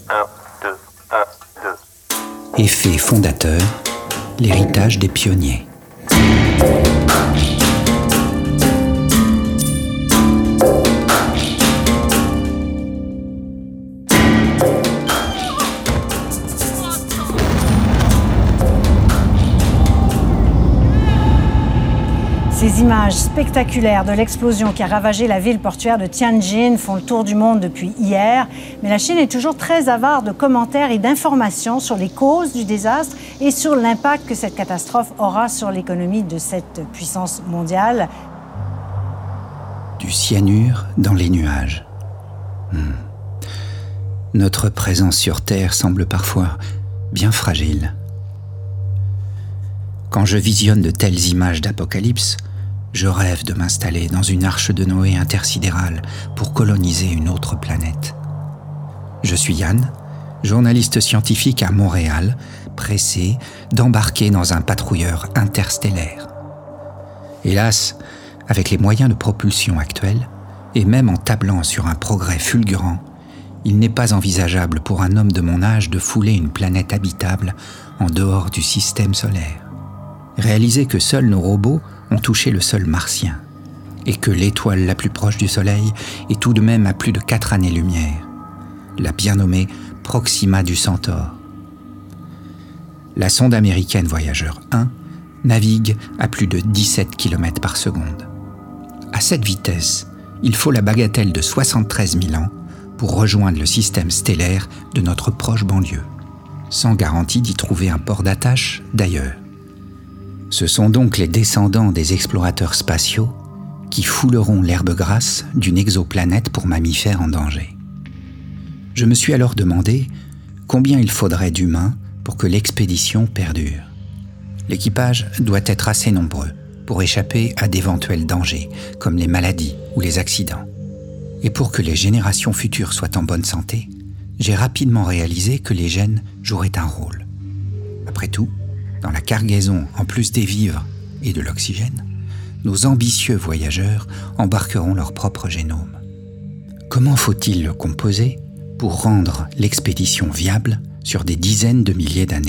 1, 2, 1, 2. Effet fondateur, l'héritage des pionniers. Ces images spectaculaires de l'explosion qui a ravagé la ville portuaire de Tianjin font le tour du monde depuis hier. Mais la Chine est toujours très avare de commentaires et d'informations sur les causes du désastre et sur l'impact que cette catastrophe aura sur l'économie de cette puissance mondiale. Du cyanure dans les nuages. Notre présence sur Terre semble parfois bien fragile. Quand je visionne de telles images d'apocalypse, je rêve de m'installer dans une arche de Noé intersidérale pour coloniser une autre planète. Je suis Yann, journaliste scientifique à Montréal, pressé d'embarquer dans un patrouilleur interstellaire. Hélas, avec les moyens de propulsion actuels, et même en tablant sur un progrès fulgurant, il n'est pas envisageable pour un homme de mon âge de fouler une planète habitable en dehors du système solaire. Réaliser que seuls nos robots ont touché le sol martien et que l'étoile la plus proche du Soleil est tout de même à plus de 4 années-lumière, la bien nommée Proxima du Centaure. La sonde américaine Voyager 1 navigue à plus de 17 km par seconde. À cette vitesse, il faut la bagatelle de 73 000 ans pour rejoindre le système stellaire de notre proche banlieue, sans garantie d'y trouver un port d'attache d'ailleurs. Ce sont donc les descendants des explorateurs spatiaux qui fouleront l'herbe grasse d'une exoplanète pour mammifères en danger. Je me suis alors demandé combien il faudrait d'humains pour que l'expédition perdure. L'équipage doit être assez nombreux pour échapper à d'éventuels dangers, comme les maladies ou les accidents. Et pour que les générations futures soient en bonne santé, j'ai rapidement réalisé que les gènes joueraient un rôle. Après tout, dans la cargaison, en plus des vivres et de l'oxygène, nos ambitieux voyageurs embarqueront leur propre génome. Comment faut-il le composer pour rendre l'expédition viable sur des dizaines de milliers d'années ?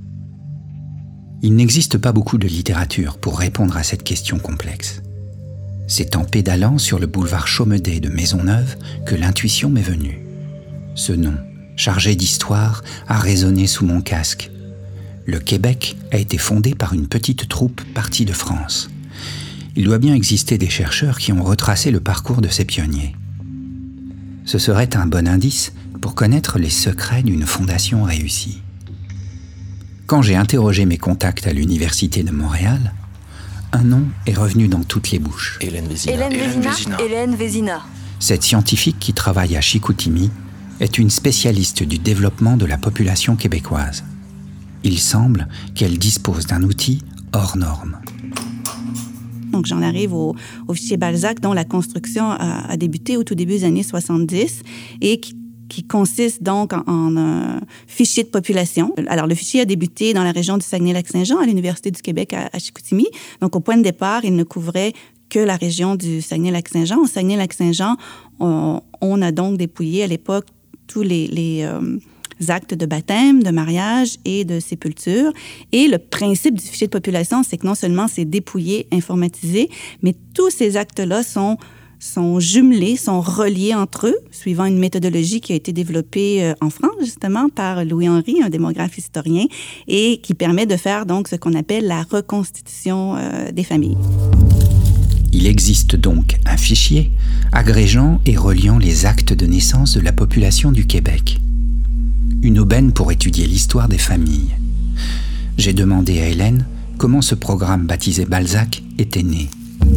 Il n'existe pas beaucoup de littérature pour répondre à cette question complexe. C'est en pédalant sur le boulevard Chaumedet de Maisonneuve que l'intuition m'est venue. Ce nom, chargé d'histoire, a résonné sous mon casque. Le Québec a été fondé par une petite troupe partie de France. Il doit bien exister des chercheurs qui ont retracé le parcours de ces pionniers. Ce serait un bon indice pour connaître les secrets d'une fondation réussie. Quand j'ai interrogé mes contacts à l'Université de Montréal, un nom est revenu dans toutes les bouches. Hélène Vézina. Cette scientifique qui travaille à Chicoutimi est une spécialiste du développement de la population québécoise. Il semble qu'elle dispose d'un outil hors norme. Donc, j'en arrive au fichier Balzac, dont la construction a débuté au tout début des années 70 et qui consiste donc en un fichier de population. Alors, le fichier a débuté dans la région du Saguenay-Lac-Saint-Jean, à l'Université du Québec à Chicoutimi. Donc, au point de départ, il ne couvrait que la région du Saguenay-Lac-Saint-Jean. Au Saguenay-Lac-Saint-Jean, on a donc dépouillé à l'époque tous les actes de baptême, de mariage et de sépulture. Et le principe du fichier de population, c'est que non seulement c'est dépouillé, informatisé, mais tous ces actes-là sont jumelés, sont reliés entre eux, suivant une méthodologie qui a été développée en France, justement, par Louis Henry, un démographe historien, et qui permet de faire donc ce qu'on appelle la reconstitution des familles. Il existe donc un fichier agrégeant et reliant les actes de naissance de la population du Québec. Une aubaine pour étudier l'histoire des familles. J'ai demandé à Hélène comment ce programme baptisé Balzac était né.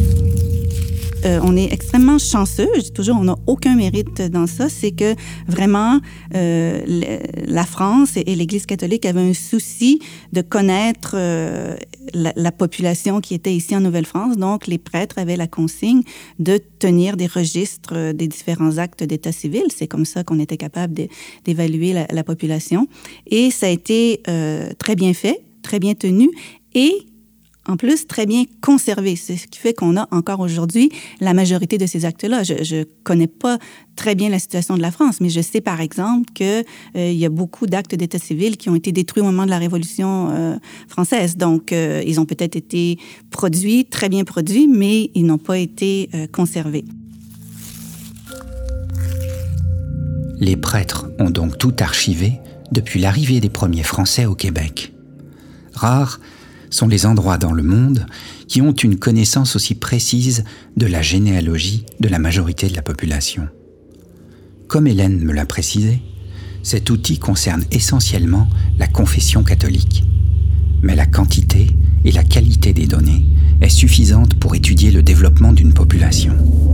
On est extrêmement chanceux, je dis toujours, on n'a aucun mérite dans ça, c'est que vraiment la France et l'Église catholique avaient un souci de connaître la population qui était ici en Nouvelle-France. Donc, les prêtres avaient la consigne de tenir des registres des différents actes d'état civil. C'est comme ça qu'on était capable d'évaluer la population. Et ça a été très bien fait, très bien tenu et en plus très bien conservés, ce qui fait qu'on a encore aujourd'hui la majorité de ces actes-là. Je connais pas très bien la situation de la France, mais je sais par exemple que il y a beaucoup d'actes d'état civil qui ont été détruits au moment de la Révolution française. Donc, ils ont peut-être été produits, très bien produits, mais ils n'ont pas été conservés. Les prêtres ont donc tout archivé depuis l'arrivée des premiers Français au Québec. Rares sont les endroits dans le monde qui ont une connaissance aussi précise de la généalogie de la majorité de la population. Comme Hélène me l'a précisé, cet outil concerne essentiellement la confession catholique. Mais la quantité et la qualité des données est suffisante pour étudier le développement d'une population.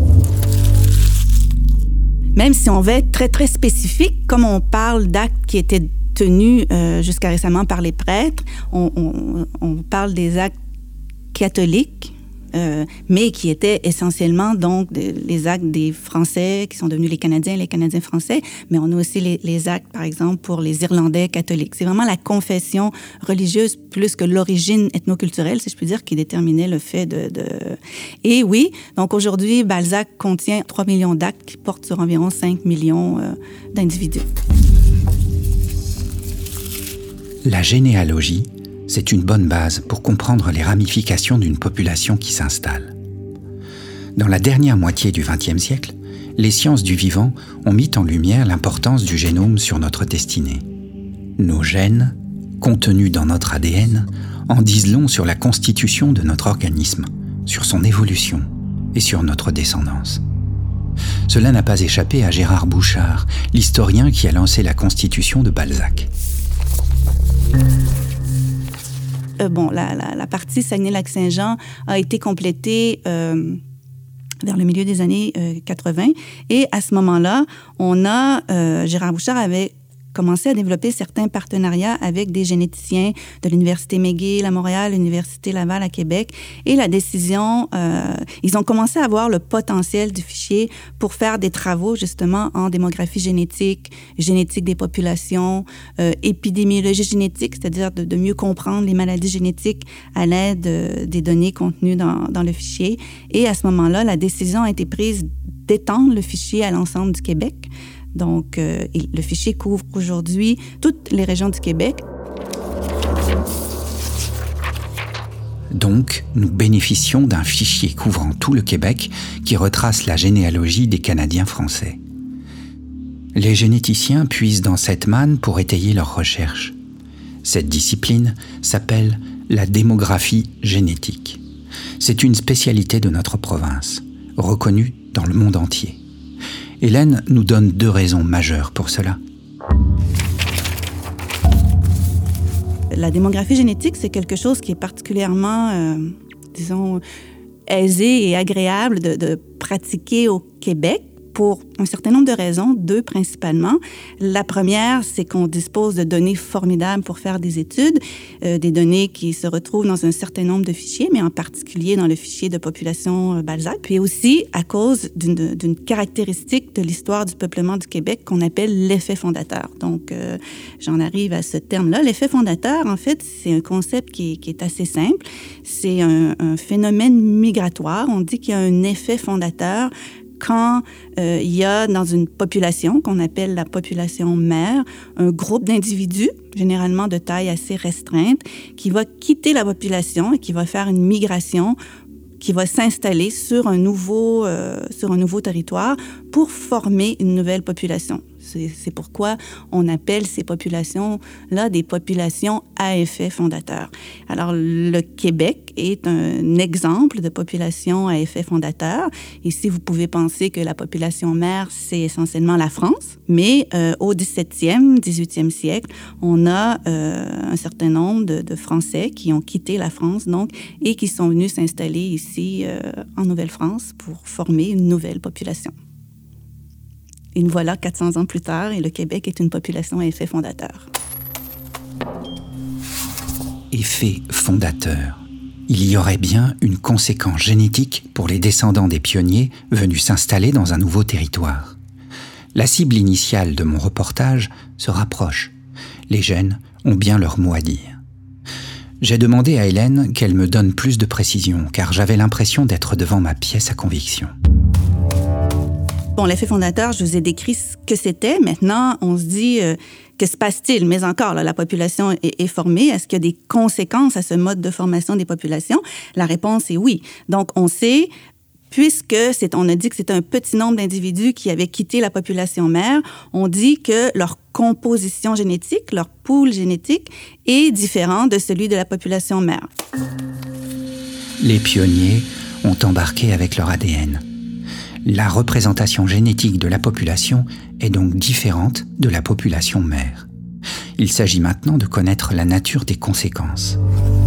Même si on veut être très, très spécifique, comme on parle d'actes qui étaient tenus jusqu'à récemment par les prêtres, on parle des actes catholiques, mais qui étaient essentiellement donc les actes des Français qui sont devenus les Canadiens français, mais on a aussi les actes, par exemple, pour les Irlandais catholiques. C'est vraiment la confession religieuse plus que l'origine ethnoculturelle, si je peux dire, qui déterminait le fait Et oui, donc aujourd'hui, Balzac contient 3 millions d'actes qui portent sur environ 5 millions d'individus. La généalogie, c'est une bonne base pour comprendre les ramifications d'une population qui s'installe. Dans la dernière moitié du XXe siècle, les sciences du vivant ont mis en lumière l'importance du génome sur notre destinée. Nos gènes, contenus dans notre ADN, en disent long sur la constitution de notre organisme, sur son évolution et sur notre descendance. Cela n'a pas échappé à Gérard Bouchard, l'historien qui a lancé la constitution de Balzac. La partie Saguenay-Lac-Saint-Jean a été complétée vers le milieu des années 80. Et à ce moment-là, Gérard Bouchard avait commencé à développer certains partenariats avec des généticiens de l'Université McGill à Montréal, l'Université Laval à Québec. Et la décision, ils ont commencé à voir le potentiel du fichier pour faire des travaux justement en démographie génétique des populations, épidémiologie génétique, c'est-à-dire de mieux comprendre les maladies génétiques à l'aide des données contenues dans le fichier. Et à ce moment-là, la décision a été prise d'étendre le fichier à l'ensemble du Québec. Donc, le fichier couvre aujourd'hui toutes les régions du Québec. Donc, nous bénéficions d'un fichier couvrant tout le Québec qui retrace la généalogie des Canadiens français. Les généticiens puisent dans cette manne pour étayer leurs recherches. Cette discipline s'appelle la démographie génétique. C'est une spécialité de notre province, reconnue dans le monde entier. Hélène nous donne 2 raisons majeures pour cela. La démographie génétique, c'est quelque chose qui est particulièrement, aisé et agréable de pratiquer au Québec pour un certain nombre de raisons, 2 principalement. La première, c'est qu'on dispose de données formidables pour faire des études, des données qui se retrouvent dans un certain nombre de fichiers, mais en particulier dans le fichier de population Balzac. Puis aussi à cause d'une caractéristique de l'histoire du peuplement du Québec qu'on appelle l'effet fondateur. Donc, j'en arrive à ce terme-là. L'effet fondateur, en fait, c'est un concept qui est assez simple. C'est un phénomène migratoire. On dit qu'il y a un effet fondateur quand il y a dans une population qu'on appelle la population mère, un groupe d'individus, généralement de taille assez restreinte, qui va quitter la population et qui va faire une migration, qui va s'installer sur un nouveau territoire pour former une nouvelle population. C'est pourquoi on appelle ces populations-là des populations à effet fondateur. Alors, le Québec est un exemple de population à effet fondateur. Ici, vous pouvez penser que la population mère, c'est essentiellement la France. Mais au 17e, 18e siècle, on a un certain nombre de Français qui ont quitté la France, donc, et qui sont venus s'installer ici en Nouvelle-France pour former une nouvelle population. Et nous voilà 400 ans plus tard et le Québec est une population à effet fondateur. Effet fondateur. Il y aurait bien une conséquence génétique pour les descendants des pionniers venus s'installer dans un nouveau territoire. La cible initiale de mon reportage se rapproche. Les gènes ont bien leur mot à dire. J'ai demandé à Hélène qu'elle me donne plus de précision, car j'avais l'impression d'être devant ma pièce à conviction. Bon, l'effet fondateur, je vous ai décrit ce que c'était. Maintenant, on se dit, que se passe-t-il? Mais encore, là, la population est formée. Est-ce qu'il y a des conséquences à ce mode de formation des populations? La réponse est oui. Donc, on sait, puisque on a dit que c'était un petit nombre d'individus qui avaient quitté la population mère, on dit que leur composition génétique, leur pool génétique, est différent de celui de la population mère. Les pionniers ont embarqué avec leur ADN. La représentation génétique de la population est donc différente de la population mère. Il s'agit maintenant de connaître la nature des conséquences.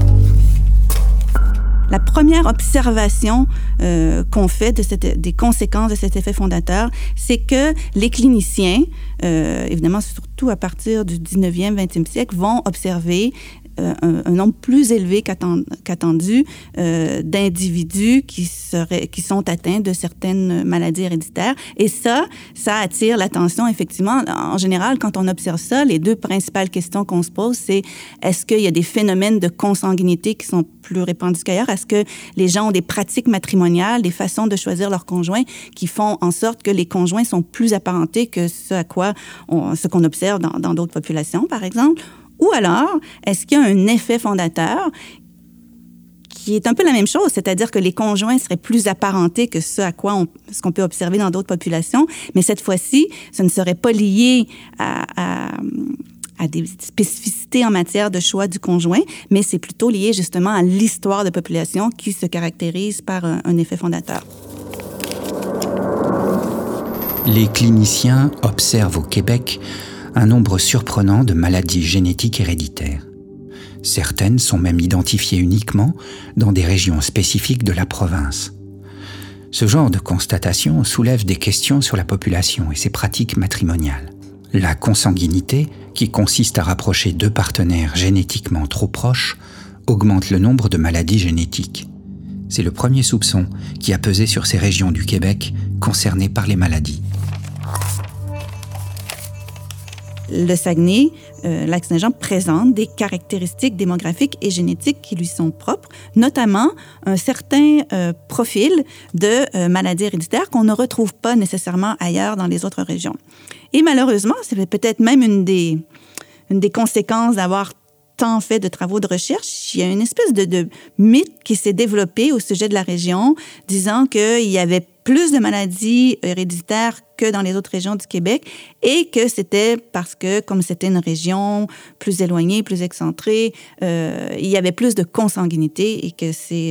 La première observation qu'on fait des conséquences de cet effet fondateur, c'est que les cliniciens, évidemment surtout à partir du 19e, 20e siècle, vont observer un nombre plus élevé qu'attendu d'individus qui sont atteints de certaines maladies héréditaires. Et ça attire l'attention, effectivement. En général, quand on observe ça, les deux principales questions qu'on se pose, c'est est-ce qu'il y a des phénomènes de consanguinité qui sont plus répandus qu'ailleurs? Est-ce que les gens ont des pratiques matrimoniales, des façons de choisir leur conjoint qui font en sorte que les conjoints sont plus apparentés que ce qu'on observe dans d'autres populations, par exemple? Ou alors, est-ce qu'il y a un effet fondateur qui est un peu la même chose, c'est-à-dire que les conjoints seraient plus apparentés que ce qu'on peut observer dans d'autres populations, mais cette fois-ci, ce ne serait pas lié à des spécificités en matière de choix du conjoint, mais c'est plutôt lié justement à l'histoire de population qui se caractérise par un effet fondateur. Les cliniciens observent au Québec un nombre surprenant de maladies génétiques héréditaires. Certaines sont même identifiées uniquement dans des régions spécifiques de la province. Ce genre de constatation soulève des questions sur la population et ses pratiques matrimoniales. La consanguinité, qui consiste à rapprocher deux partenaires génétiquement trop proches, augmente le nombre de maladies génétiques. C'est le premier soupçon qui a pesé sur ces régions du Québec concernées par les maladies. Le Saguenay, Lac-Saint-Jean présente des caractéristiques démographiques et génétiques qui lui sont propres, notamment un certain profil de maladies héréditaires qu'on ne retrouve pas nécessairement ailleurs dans les autres régions. Et malheureusement, c'est peut-être même une des conséquences d'avoir tant fait de travaux de recherche. Il y a une espèce de mythe qui s'est développé au sujet de la région, disant qu'il y avait plus de maladies héréditaires que dans les autres régions du Québec et que c'était parce que, comme c'était une région plus éloignée, plus excentrée, il y avait plus de consanguinité et que c'est...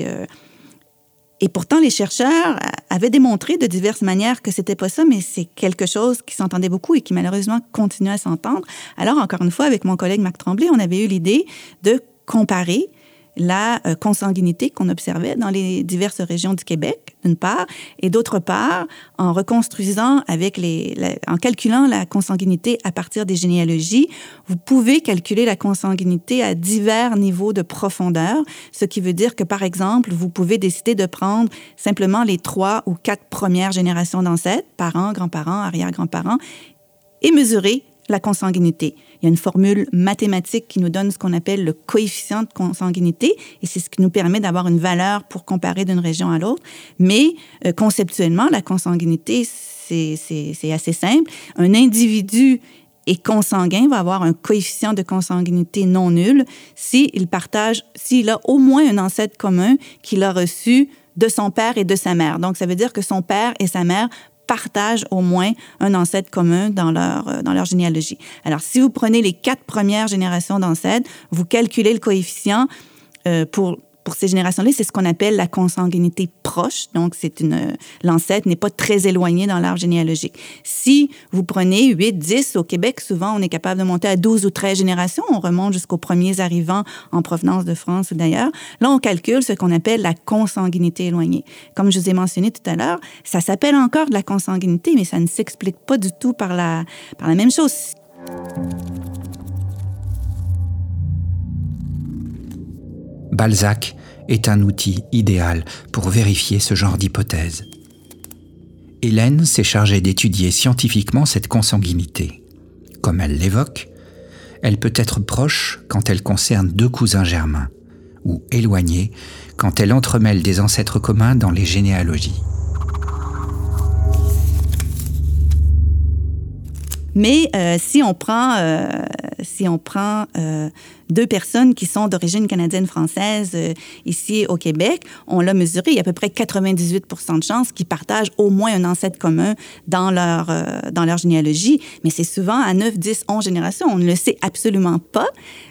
Et pourtant, les chercheurs avaient démontré de diverses manières que c'était pas ça, mais c'est quelque chose qui s'entendait beaucoup et qui malheureusement continue à s'entendre. Alors, encore une fois, avec mon collègue Marc Tremblay, on avait eu l'idée de comparer la consanguinité qu'on observait dans les diverses régions du Québec, d'une part, et d'autre part, en reconstruisant en calculant la consanguinité à partir des généalogies, vous pouvez calculer la consanguinité à divers niveaux de profondeur, ce qui veut dire que, par exemple, vous pouvez décider de prendre simplement les 3 ou 4 premières générations d'ancêtres, parents, grands-parents, arrière-grands-parents, et mesurer la consanguinité. Il y a une formule mathématique qui nous donne ce qu'on appelle le coefficient de consanguinité, et c'est ce qui nous permet d'avoir une valeur pour comparer d'une région à l'autre. Mais conceptuellement, la consanguinité, c'est assez simple. Un individu est consanguin, va avoir un coefficient de consanguinité non nul s'il a au moins un ancêtre commun qu'il a reçu de son père et de sa mère. Donc, ça veut dire que son père et sa mère partagent au moins un ancêtre commun dans leur généalogie. Alors, si vous prenez les 4 premières générations d'ancêtres, vous calculez le coefficient pour ces générations-là, c'est ce qu'on appelle la consanguinité proche. Donc, l'ancêtre n'est pas très éloigné dans l'arbre généalogique. Si vous prenez 8, 10, au Québec, souvent, on est capable de monter à 12 ou 13 générations. On remonte jusqu'aux premiers arrivants en provenance de France ou d'ailleurs. Là, on calcule ce qu'on appelle la consanguinité éloignée. Comme je vous ai mentionné tout à l'heure, ça s'appelle encore de la consanguinité, mais ça ne s'explique pas du tout par la même chose. Balzac est un outil idéal pour vérifier ce genre d'hypothèse. Hélène s'est chargée d'étudier scientifiquement cette consanguinité. Comme elle l'évoque, elle peut être proche quand elle concerne 2 cousins germains, ou éloignée quand elle entremêle des ancêtres communs dans les généalogies. Mais si on prend deux personnes qui sont d'origine canadienne-française ici au Québec, on l'a mesuré, il y a à peu près 98% de chances qu'ils partagent au moins un ancêtre commun dans leur généalogie. Mais c'est souvent à 9, 10, 11 générations. On ne le sait absolument pas.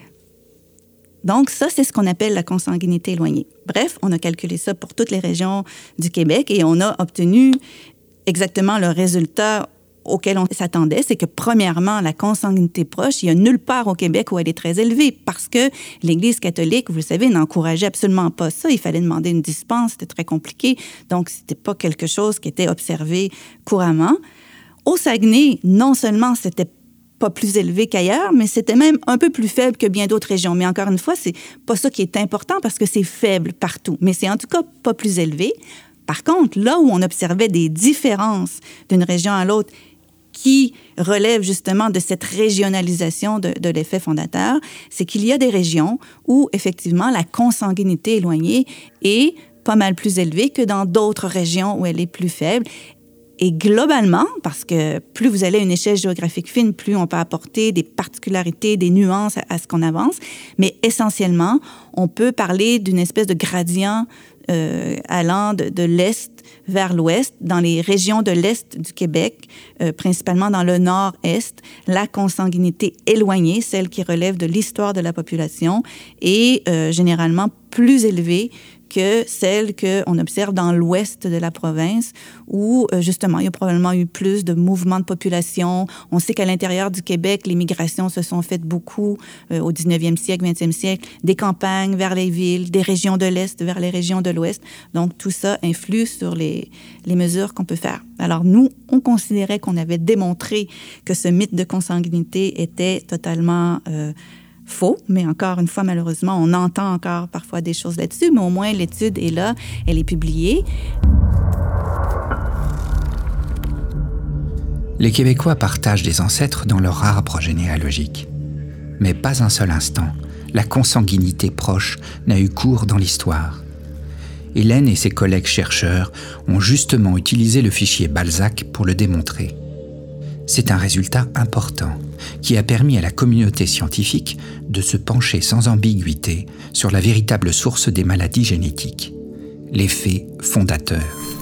Donc, ça, c'est ce qu'on appelle la consanguinité éloignée. Bref, on a calculé ça pour toutes les régions du Québec et on a obtenu exactement le résultat auquel on s'attendait, c'est que, premièrement, la consanguinité proche, il n'y a nulle part au Québec où elle est très élevée parce que l'Église catholique, vous le savez, n'encourageait absolument pas ça. Il fallait demander une dispense, c'était très compliqué. Donc, ce n'était pas quelque chose qui était observé couramment. Au Saguenay, non seulement c'était pas plus élevé qu'ailleurs, mais c'était même un peu plus faible que bien d'autres régions. Mais encore une fois, c'est pas ça qui est important parce que c'est faible partout. Mais c'est en tout cas pas plus élevé. Par contre, là où on observait des différences d'une région à l'autre qui relève justement de cette régionalisation de l'effet fondateur, c'est qu'il y a des régions où, effectivement, la consanguinité éloignée est pas mal plus élevée que dans d'autres régions où elle est plus faible. Et globalement, parce que plus vous allez à une échelle géographique fine, plus on peut apporter des particularités, des nuances à ce qu'on avance, mais essentiellement, on peut parler d'une espèce de gradient allant de l'Est vers l'Ouest. Dans les régions de l'Est du Québec, principalement dans le Nord-Est, la consanguinité éloignée, celle qui relève de l'histoire de la population, est généralement plus élevée que celle qu'on observe dans l'ouest de la province, où, justement, il y a probablement eu plus de mouvements de population. On sait qu'à l'intérieur du Québec, les migrations se sont faites beaucoup au 19e siècle, 20e siècle, des campagnes vers les villes, des régions de l'Est vers les régions de l'Ouest. Donc, tout ça influe sur les mesures qu'on peut faire. Alors, nous, on considérait qu'on avait démontré que ce mythe de consanguinité était totalement faux, mais encore une fois, malheureusement, on entend encore parfois des choses là-dessus, mais au moins l'étude est là, elle est publiée. Les Québécois partagent des ancêtres dans leur arbre généalogique. Mais pas un seul instant, la consanguinité proche n'a eu cours dans l'histoire. Hélène et ses collègues chercheurs ont justement utilisé le fichier Balzac pour le démontrer. C'est un résultat important qui a permis à la communauté scientifique de se pencher sans ambiguïté sur la véritable source des maladies génétiques, l'effet fondateur.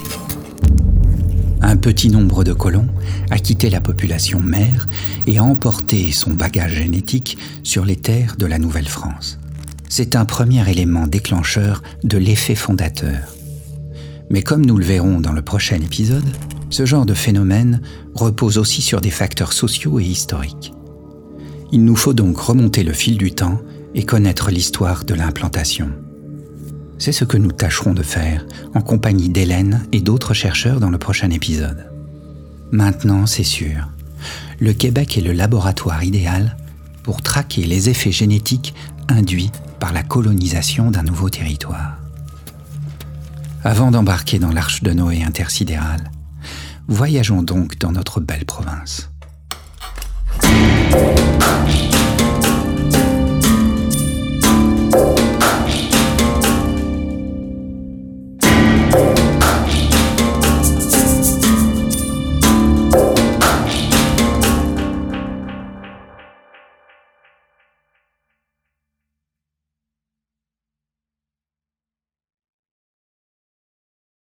Un petit nombre de colons a quitté la population mère et a emporté son bagage génétique sur les terres de la Nouvelle-France. C'est un premier élément déclencheur de l'effet fondateur. Mais comme nous le verrons dans le prochain épisode, ce genre de phénomène repose aussi sur des facteurs sociaux et historiques. Il nous faut donc remonter le fil du temps et connaître l'histoire de l'implantation. C'est ce que nous tâcherons de faire en compagnie d'Hélène et d'autres chercheurs dans le prochain épisode. Maintenant, c'est sûr, le Québec est le laboratoire idéal pour traquer les effets génétiques induits par la colonisation d'un nouveau territoire. Avant d'embarquer dans l'Arche de Noé intersidérale, voyageons donc dans notre belle province.